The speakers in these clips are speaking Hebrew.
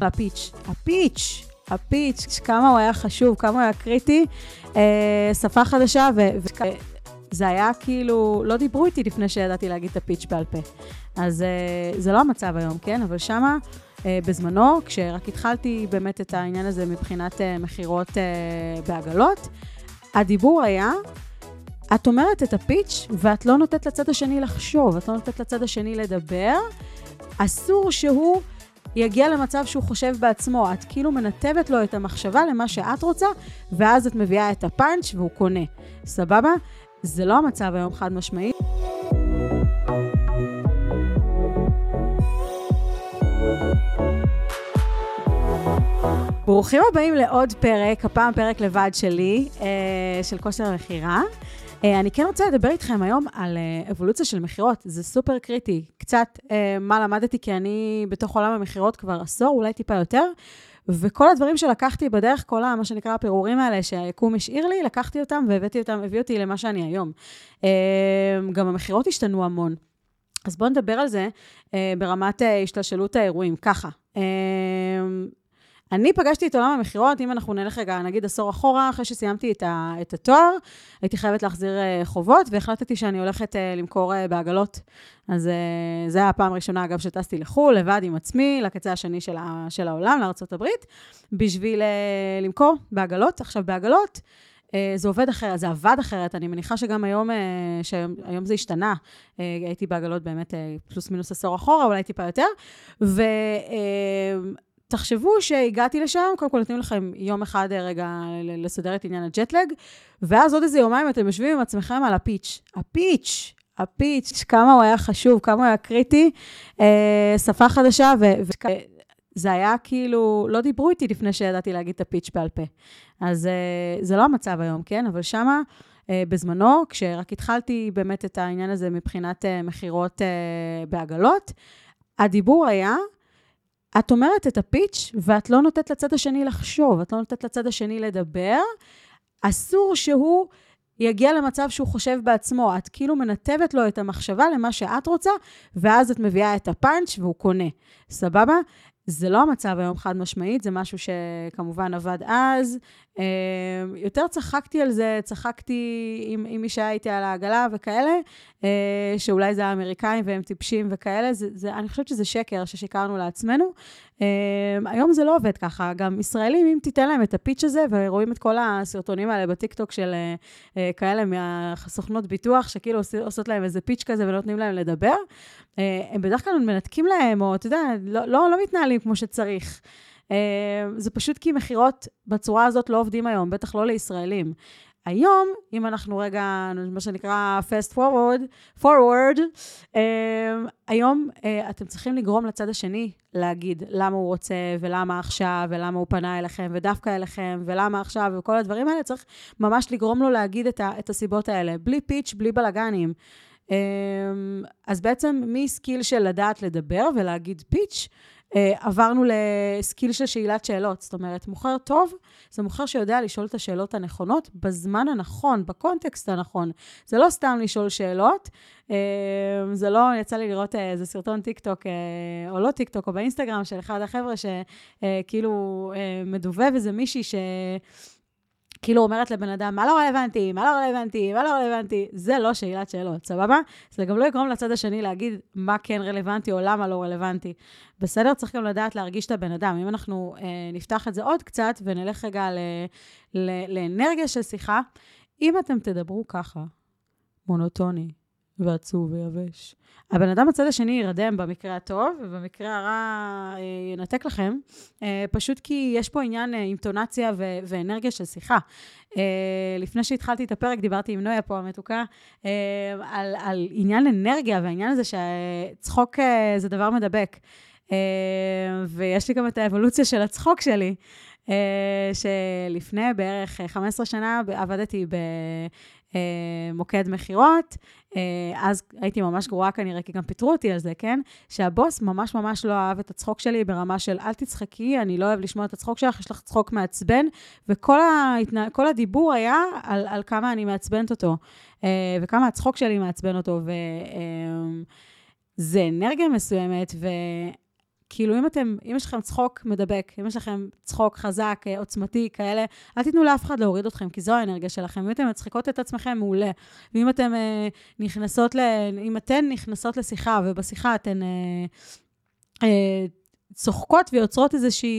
הפיץ', כמה הוא היה חשוב, כמה הוא היה קריטי, שפה חדשה, וזה היה כאילו, לא דיברו איתי לפני שידעתי להגיד את הפיץ' בעל פה. אז זה לא המצב היום, כן? אבל שמה, בזמנו, כשרק התחלתי באמת את העניין הזה מבחינת מחירות בעגלות, הדיבור היה, את אומרת את הפיץ' ואת לא נותנת לצד השני לחשוב, את לא נותנת לצד השני לדבר, אסור שהוא יגיע למצב שהוא חושב בעצמו, את כאילו מנתבת לו את המחשבה למה שאת רוצה, ואז את מביאה את הפאנץ' והוא קונה. סבבה? זה לא המצב היום חד משמעית. ברוכים הבאים לעוד פרק, הפעם פרק לבד שלי, של כושר המחירה. אני כן רוצה לדבר איתכם היום על אבולוציה של מחירות, זה סופר קריטי. קצת מה למדתי, כי אני בתוך עולם המחירות כבר עשור, אולי טיפה יותר, וכל הדברים שלקחתי בדרך, כל מה שנקרא הפירורים האלה שהיקום השאיר לי, לקחתי אותם והביא אותי למה שאני היום. גם המחירות השתנו המון. אז בואו נדבר על זה ברמת השתלשלות האירועים. ככה. אני פגשתי את עולם המחירות, אם אנחנו נלך רגע, נגיד עשור אחורה, אחרי שסיימתי את התואר, הייתי חייבת להחזיר חובות, והחלטתי שאני הולכת למכור בעגלות. אז זה היה הפעם הראשונה, אגב, שטסתי לחו"ל, לבד עם עצמי, לקצה השני של העולם, לארצות הברית, בשביל למכור בעגלות. עכשיו, בעגלות, זה עובד אחרת, זה עבד אחרת, אני מניחה שגם היום זה השתנה, הייתי בעגלות באמת פלוס מינוס עשור אחורה, אולי טיפה יותר, תחשבו שהגעתי לשם, קודם כל נותנים לכם יום אחד רגע לסדר את עניין הג'טלג, ואז עוד איזה יומיים אתם יושבים עם עצמכם על הפיץ', כמה הוא היה חשוב, כמה הוא היה קריטי, שפה חדשה, וזה היה כאילו, לא דיברו איתי לפני שידעתי להגיד את הפיץ' בעל פה. אז זה לא המצב היום, כן? אבל שמה, בזמנו, כשרק התחלתי באמת את העניין הזה מבחינת מחירות בעגלות, הדיבור היה, את אומרת את הפיץ' ואת לא נותנת לצד השני לחשוב, את לא נותנת לצד השני לדבר, אסור שהוא יגיע למצב שהוא חושב בעצמו, את כאילו מנתבת לו את המחשבה למה שאת רוצה, ואז את מביאה את הפאנץ' והוא קונה. סבבה? זה לא המצב היום חד משמעית, זה משהו שכמובן עבד אז. יותר צחקתי על זה, צחקתי עם מי שהיה איתי על העגלה וכאלה, שאולי זה האמריקאים והם טיפשים וכאלה, אני חושבת שזה שקר ששיקרנו לעצמנו. היום זה לא עובד ככה, גם ישראלים, אם תיתן להם את הפיץ' הזה, ורואים את כל הסרטונים האלה בטיקטוק של כאלה מהסוכנות ביטוח, שכאילו עושות להם איזה פיץ' כזה ונותנים להם לדבר, הם בדרך כלל מנתקים להם, או אתה יודע, לא מתנהלים כמו שצריך. זה פשוט כי מחירות בצורה הזאת לא עובדים היום, בטח לא לישראלים. היום, אם אנחנו רגע, מה שנקרא fast forward, היום אתם צריכים לגרום לצד השני להגיד למה הוא רוצה ולמה עכשיו ולמה הוא פנה אליכם ודווקא אליכם ולמה עכשיו וכל הדברים האלה, צריך ממש לגרום לו להגיד את הסיבות האלה, בלי פיץ', בלי בלגנים. אז בעצם מסקיל של לדעת לדבר ולהגיד פיץ', עברנו לסקיל של שאלת שאלות, זאת אומרת, מוכר טוב, זה מוכר שיודע לשאול את השאלות הנכונות, בזמן הנכון, בקונטקסט הנכון. זה לא סתם לשאול שאלות, זה לא, יצא לי לראות איזה סרטון טיקטוק, או לא טיקטוק, או באינסטגרם של אחד החבר'ה, שכאילו מדובב איזה מישהי כאילו אומרת לבן אדם, מה לא רלוונטי, זה לא שאלת שאלות, סבבה? זה גם לא יגרום לצד השני להגיד מה כן רלוונטי או למה לא רלוונטי. בסדר? צריך גם לדעת להרגיש את הבן אדם. אם אנחנו נפתח את זה עוד קצת ונלך רגע לאנרגיה של שיחה, אם אתם תדברו ככה, מונוטוני ועצוב ויבש, הבן אדם הצד השני ירדם במקרה הטוב, ובמקרה הרע ינתק לכם, פשוט כי יש פה עניין אינטונציה ואנרגיה של שיחה. לפני שהתחלתי את הפרק, דיברתי עם נויה פה המתוקה, על עניין אנרגיה, והעניין הזה שצחוק זה דבר מדבק. ויש לי גם את האבולוציה של הצחוק שלי, שלפני בערך 15 שנה עבדתי במוקד מחירות, אז הייתי ממש גרועה כנראה, כי גם פיטרו אותי על זה, כן? שהבוס ממש ממש לא אהב את הצחוק שלי ברמה של אל תצחקי, אני לא אוהב לשמוע את הצחוק שלך, יש לך צחוק מעצבן, וכל הדיבור היה על כמה אני מעצבנת אותו, וכמה הצחוק שלי מעצבן אותו, וזה אנרגיה מסוימת, כאילו, אם יש לכם צחוק מדבק, אם יש לכם צחוק חזק, עוצמתי, כאלה, אל תיתנו לאף אחד להוריד אתכם, כי זו האנרגיה שלכם. אם אתם מצחיקות את עצמכם, מעולה. ואם אתם אם אתן נכנסות לשיחה, ובשיחה אתן צוחקות ויוצרות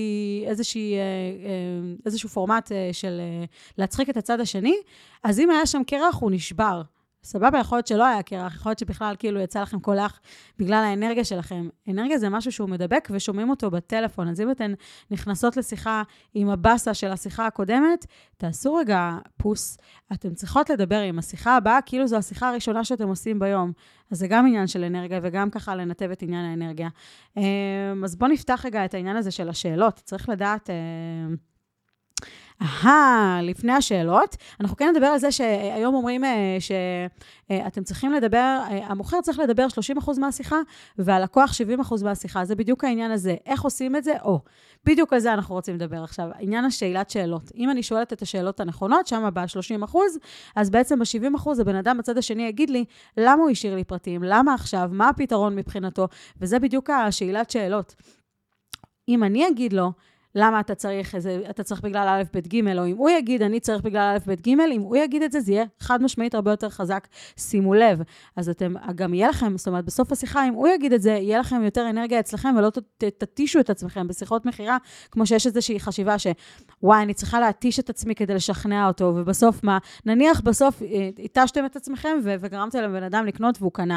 איזשהו פורמט של להצחיק את הצד השני, אז אם היה שם קרח, הוא נשבר. סבבה, יכול להיות שלא היה קרח, יכול להיות שבכלל כאילו יצא לכם קולח בגלל האנרגיה שלכם. אנרגיה זה משהו שהוא מדבק ושומעים אותו בטלפון. אז אם אתן נכנסות לשיחה עם הבאסה של השיחה הקודמת, תעשו רגע פוס. אתן צריכות לדבר עם השיחה הבאה, כאילו זו השיחה הראשונה שאתם עושים ביום. אז זה גם עניין של אנרגיה וגם ככה לנתב את עניין האנרגיה. אז בואו נפתח רגע את העניין הזה של השאלות. צריך לדעת... לפני השאלות, אנחנו כן נדבר על זה שהיום אומרים שאתם צריכים לדבר, המוכר צריך לדבר 30% מהשיחה, והלקוח 70% מהשיחה. זה בדיוק העניין הזה. איך עושים את זה? בדיוק על זה אנחנו רוצים לדבר עכשיו. עניין השאלת שאלות. אם אני שואלת את השאלות הנכונות, שם ב-30%, אז בעצם ב-70% הבן אדם בצד השני יגיד לי, למה הוא השאיר לי פרטים? למה עכשיו? מה הפתרון מבחינתו? וזה בדיוק השאלת שאלות. אם אני אגיד לו, למה אתה צריך בגלל א' ב' ג', או אם הוא יגיד, אני צריך בגלל א' ב' ג', אם הוא יגיד את זה, זה יהיה חד משמעית הרבה יותר חזק, שימו לב. אז אתם, גם יהיה לכם, זאת אומרת, בסוף השיחה, אם הוא יגיד את זה, יהיה לכם יותר אנרגיה אצלכם, ולא תתישו את עצמכם בשיחות מחירה, כמו שיש איזושהי חשיבה אני צריכה להתיש את עצמי כדי לשכנע אותו, ובסוף נניח בסוף התשתם את עצמכם, וגרמתם לבן אדם לקנות והוא קנה.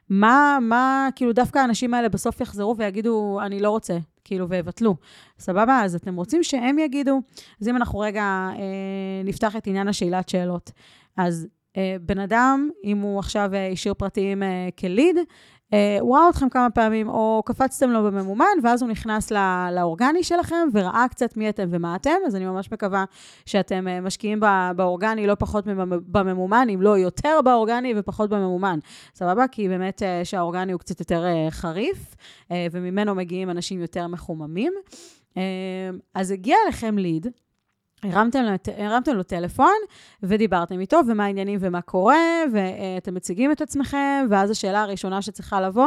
כאילו דווקא האנשים האלה בסוף יחזרו ויגידו, אני לא רוצה. כאילו, והבטלו. סבבה? אז אתם רוצים שהם יגידו. אז אם אנחנו רגע נפתח את עניין השאלת שאלות. אז בן אדם, אם הוא עכשיו השאיר פרטיים כליד, הוא ראה אתכם כמה פעמים, או קפצתם לו בממומן, ואז הוא נכנס לאורגני שלכם, וראה קצת מי אתם ומה אתם, אז אני ממש מקווה שאתם משקיעים באורגני, לא פחות בממומן, אם לא יותר באורגני ופחות בממומן. סבבה? כי באמת שהאורגני הוא קצת יותר חריף, וממנו מגיעים אנשים יותר מחוממים. אז הגיע לכם ליד, הרמתם לו טלפון, ודיברתם איתו, ומה העניינים ומה קורה, ואתם מציגים את עצמכם, ואז השאלה הראשונה שצריכה לבוא,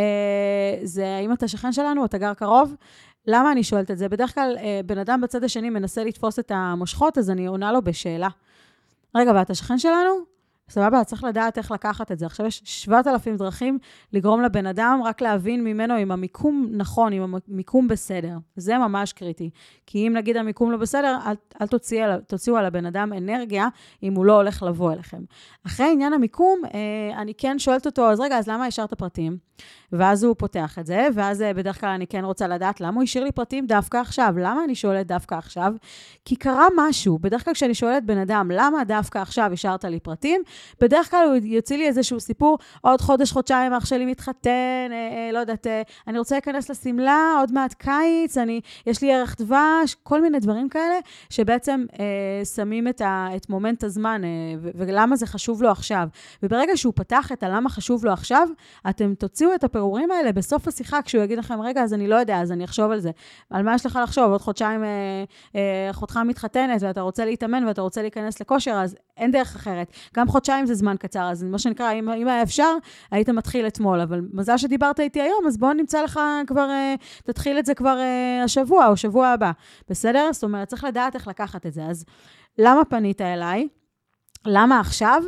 זה האם אתה שכן שלנו, אתה גר קרוב? למה אני שואלת את זה? בדרך כלל, בן אדם בצד השני מנסה לתפוס את המושכות, אז אני עונה לו בשאלה. רגע, ואתה שכן שלנו? סבבה, צריך לדעת איך לקחת את זה. עכשיו יש 7,000 דרכים לגרום לבן אדם, רק להבין ממנו אם המיקום נכון, אם המיקום בסדר. זה ממש קריטי. כי אם נגיד המיקום לא בסדר, אל תוציאו על הבן אדם אנרגיה, אם הוא לא הולך לבוא אליכם. אחרי עניין המיקום, אני כן שואלת אותו, אז רגע, אז למה השארת פרטים? ואז הוא פותח את זה, ואז בדרך כלל אני כן רוצה לדעת למה הוא השאיר לי פרטים דווקא עכשיו. למה אני שואלת דווקא עכשיו? כי קרה משהו. בדרך כלל כשאני שואלת בן אדם, למה דווקא עכשיו השארת לי פרטים? בדרך כלל הוא יוציא לי איזשהו סיפור, עוד חודש, חודשיים, אח שלי מתחתן, לא יודעת, אני רוצה להיכנס לסמלה, עוד מעט קיץ, יש לי ערך דבש, כל מיני דברים כאלה, שבעצם שמים את מומנט הזמן, ולמה זה חשוב לו עכשיו. וברגע שהוא פתח את הלמה חשוב לו עכשיו, אתם תוציאו את הפירורים האלה בסוף השיחה, כשהוא יגיד לכם, רגע, אז אני לא יודע, אז אני אחשוב על זה. על מה יש לך לחשוב? עוד חודשיים אחותך מתחתנת, ואתה רוצה להתאמן, ואתה רוצה להיכנס לכושר, אז אין דרך אחרת. גם חודשיים זה זמן קצר, אז מה שנקרא, אם היה אפשר, היית מתחיל אתמול, אבל מזל שדיברת איתי היום, אז בואו נמצא לך כבר, תתחיל את זה כבר השבוע או שבוע הבא. בסדר? זאת אומרת, צריך לדעת איך לקחת את זה. אז למה פנית אליי? למה עכשיו?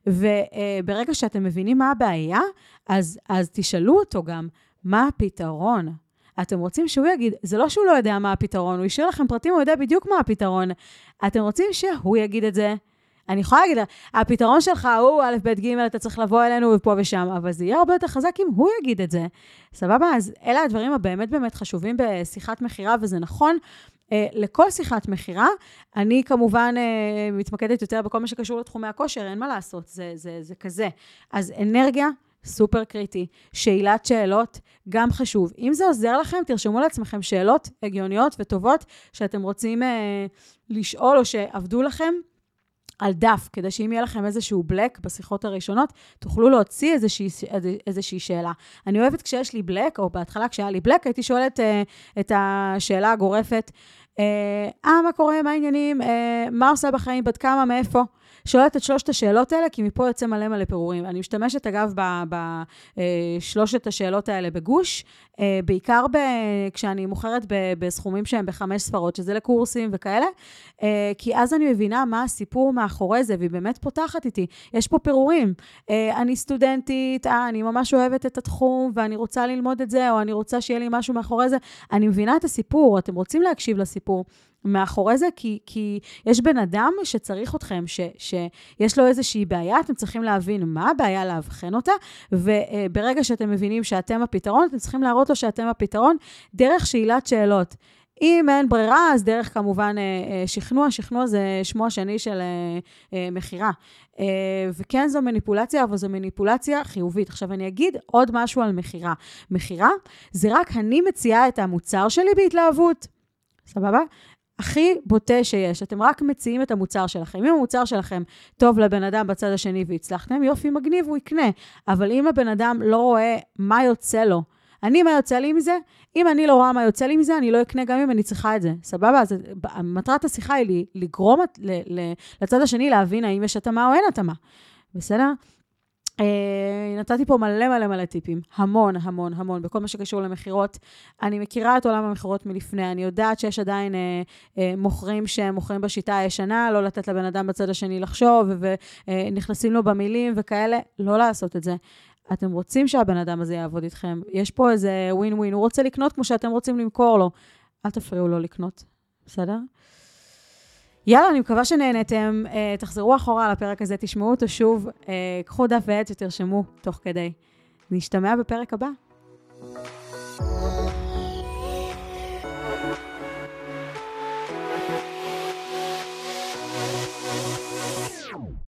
וברגע שאתם מבינים מה הבעיה, אז תשאלו אותו גם, מה הפתרון? אתם רוצים שהוא יגיד, זה לא שהוא לא יודע מה הפתרון, הוא ישאיר לכם פרטים, הוא יודע בדיוק מה הפתרון. אתם רוצים שהוא יגיד את זה, אני יכולה להגיד, הפתרון שלך הוא א' ב' ג', אתה צריך לבוא אלינו ופה ושם, אבל זה יהיה הרבה יותר חזק אם הוא יגיד את זה. סבבה? אז אלה הדברים הבאמת באמת חשובים בשיחת מחירה, וזה נכון לכל שיחת מחירה. אני כמובן מתמקדת יותר בכל מה שקשור לתחומי הכושר, אין מה לעשות, זה כזה. אז אנרגיה, סופר קריטי. שאלת שאלות, גם חשוב. אם זה עוזר לכם, תרשמו לעצמכם שאלות הגיוניות וטובות, שאתם רוצים לשאול או שעבדו לכם, על דף, כדי שאם יהיה לכם איזשהו בלק בשיחות הראשונות, תוכלו להוציא איזושהי שאלה. אני אוהבת כשיש לי בלק, או בהתחלה כשהיה לי בלק, הייתי שואלת את השאלה הגורפת, מה קורה, מה העניינים, מה עושה בחיים, בת כמה, מאיפה? שואלת את 3 השאלות האלה, כי מפה יוצא מלא פירורים. אני משתמשת, אגב, ב3 השאלות האלה בגוש, בעיקר כשאני מוכרת בסכומים שהם ב5 ספרות, שזה לקורסים וכאלה, כי אז אני מבינה מה הסיפור מאחורי זה, והיא באמת פותחת איתי. יש פה פירורים. אני סטודנטית, אני ממש אוהבת את התחום, ואני רוצה ללמוד את זה, או אני רוצה שיהיה לי משהו מאחורי זה. אני מבינה את הסיפור, אתם רוצים להקשיב לסיפור מאחורי זה, כי יש בן אדם שצריך אתכם, שיש לו איזושהי בעיה, אתם צריכים להבין מה הבעיה, להבחן אותה, וברגע שאתם מבינים שאתם הפתרון, אתם צריכים להראות לו שאתם הפתרון, דרך שאלת שאלות. אם אין ברירה, אז דרך כמובן שכנוע זה שמו השני של מחירה. וכן זו מניפולציה, אבל זו מניפולציה חיובית. עכשיו אני אגיד עוד משהו על מחירה. מחירה זה רק אני מציעה את המוצר שלי בהתלהבות. סבבה? הכי בוטה שיש. אתם רק מציעים את המוצר שלכם. אם המוצר שלכם טוב לבן אדם בצד השני והצלחתם, יופי מגניב, הוא יקנה. אבל אם הבן אדם לא רואה מה יוצא לו, מה יוצא לי מזה? אם אני לא רואה מה יוצא לי מזה, אני לא אקנה גם אם אני צריכה את זה. סבבה? אז מטרת השיחה היא לגרום לצד השני להבין האם יש התאמה או אין התאמה. בסדר? נתתי פה מלא טיפים. המון. בכל מה שקשור למחירות. אני מכירה את עולם המחירות מלפני. אני יודעת שיש עדיין מוכרים שמוכרים בשיטה הישנה, לא לתת לבן אדם בצד השני לחשוב, ונכנסים לו במילים וכאלה. לא לעשות את זה. אתם רוצים שהבן אדם הזה יעבוד איתכם. יש פה איזה ווין-ווין. הוא רוצה לקנות כמו שאתם רוצים למכור לו. אל תפריעו לו לקנות. בסדר? יאללה, אני מקווה שנהנתם. תחזרו אחורה על הפרק הזה, תשמעו אותו שוב. קחו דף ועט ותרשמו תוך כדי. נשתמע בפרק הבא.